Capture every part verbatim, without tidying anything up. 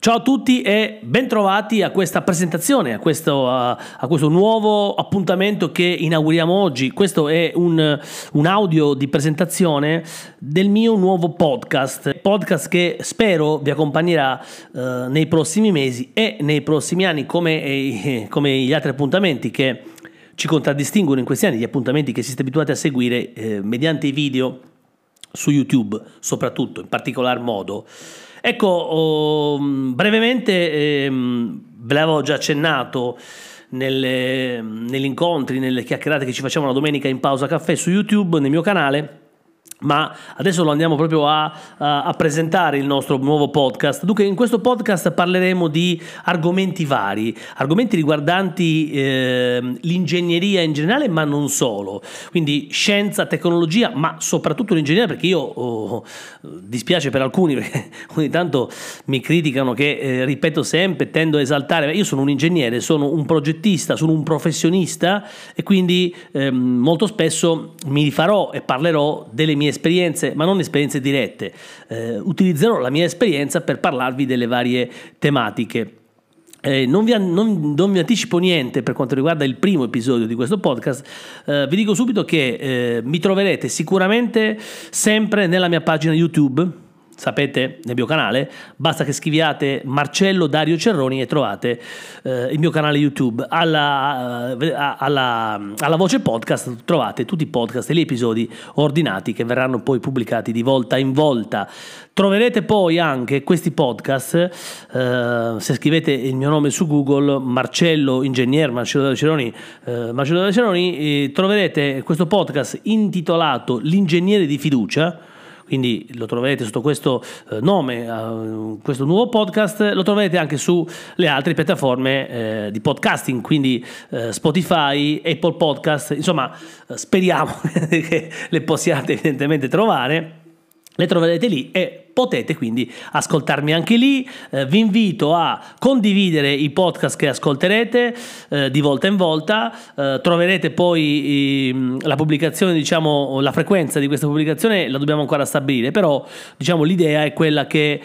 Ciao a tutti e bentrovati a questa presentazione, a questo, a, a questo nuovo appuntamento che inauguriamo oggi. Questo è un, un audio di presentazione del mio nuovo podcast, podcast che spero vi accompagnerà eh, nei prossimi mesi e nei prossimi anni, come, eh, come gli altri appuntamenti che ci contraddistinguono in questi anni, gli appuntamenti che siete abituati a seguire eh, mediante i video su YouTube, soprattutto, in particolar modo. Ecco, oh, brevemente ehm, ve l'avevo già accennato nelle, negli incontri, nelle chiacchierate che ci facciamo la domenica in pausa caffè su YouTube, nel mio canale, ma adesso lo andiamo proprio a, a, a presentare il nostro nuovo podcast. Dunque, in questo podcast parleremo di argomenti vari, argomenti riguardanti eh, l'ingegneria in generale, ma non solo, quindi scienza, tecnologia, ma soprattutto l'ingegneria, perché io oh, dispiace per alcuni perché ogni tanto mi criticano che eh, ripeto sempre, tendo a esaltare. Io sono un ingegnere, sono un progettista, sono un professionista e quindi eh, molto spesso mi rifarò e parlerò delle mie esperienze, ma non esperienze dirette. Eh, utilizzerò la mia esperienza per parlarvi delle varie tematiche. Eh, non, vi, non, non vi anticipo niente per quanto riguarda il primo episodio di questo podcast. Eh, vi dico subito che eh, mi troverete sicuramente sempre nella mia pagina YouTube. Sapete, nel mio canale, basta che scriviate Marcello Dario Cerroni e trovate eh, il mio canale YouTube. Alla, eh, alla, alla voce podcast trovate tutti i podcast e gli episodi ordinati che verranno poi pubblicati di volta in volta. Troverete poi anche questi podcast, eh, se scrivete il mio nome su Google, Marcello Ingegner, Marcello Dario Cerroni, eh, Marcello Dario Cerroni, eh, troverete questo podcast intitolato L'ingegnere di fiducia. Quindi lo troverete sotto questo eh, nome, uh, questo nuovo podcast, lo troverete anche sulle altre piattaforme eh, di podcasting, quindi eh, Spotify, Apple Podcast, insomma eh, speriamo che le possiate evidentemente trovare. Le troverete lì e potete quindi ascoltarmi anche lì. Eh, vi invito a condividere i podcast che ascolterete eh, di volta in volta. Eh, troverete poi i, la pubblicazione, diciamo, la frequenza di questa pubblicazione la dobbiamo ancora stabilire, però diciamo l'idea è quella che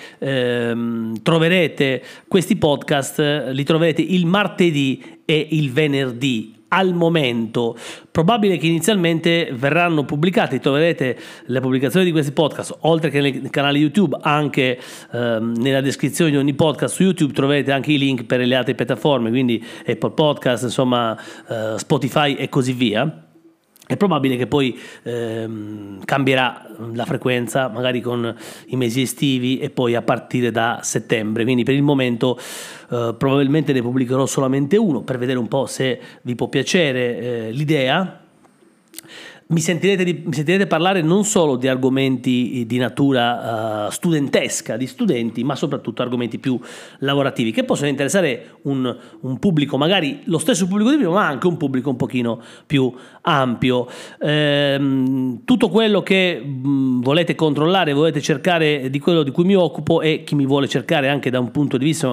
ehm, troverete questi podcast, li troverete il martedì e il venerdì. Al momento, probabile che inizialmente verranno pubblicati, troverete le pubblicazioni di questi podcast oltre che nel canale YouTube, anche ehm, nella descrizione di ogni podcast su YouTube troverete anche i link per le altre piattaforme, quindi Apple Podcast, insomma eh, Spotify e così via. È probabile che poi ehm, cambierà la frequenza, magari con i mesi estivi e poi a partire da settembre. Quindi per il momento eh, probabilmente ne pubblicherò solamente uno per vedere un po' se vi può piacere eh, l'idea. Mi sentirete, di, mi sentirete parlare non solo di argomenti di natura uh, studentesca, di studenti, ma soprattutto argomenti più lavorativi che possono interessare un, un pubblico, magari lo stesso pubblico di prima, ma anche un pubblico un pochino più ampio. Ehm, tutto quello che mh, volete controllare, volete cercare di quello di cui mi occupo e chi mi vuole cercare anche da un punto di vista,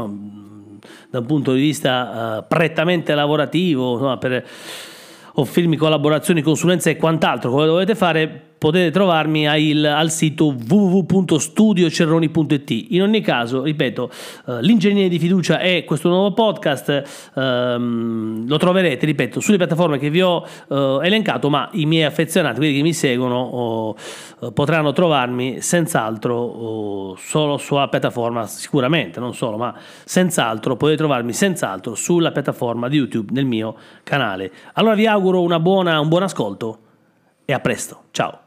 da un punto di vista uh, prettamente lavorativo, insomma, per offrirmi collaborazioni, consulenze e quant'altro, come dovete fare, potete trovarmi al, al sito w w w punto studio cerroni punto i t. In ogni caso, ripeto, uh, l'ingegnere di fiducia è questo nuovo podcast, um, lo troverete, ripeto, sulle piattaforme che vi ho uh, elencato, ma i miei affezionati, quelli che mi seguono, uh, uh, potranno trovarmi senz'altro uh, solo sulla piattaforma, sicuramente, non solo, ma senz'altro, potete trovarmi senz'altro sulla piattaforma di YouTube nel mio canale. Allora vi auguro una buona, un buon ascolto e a presto, ciao!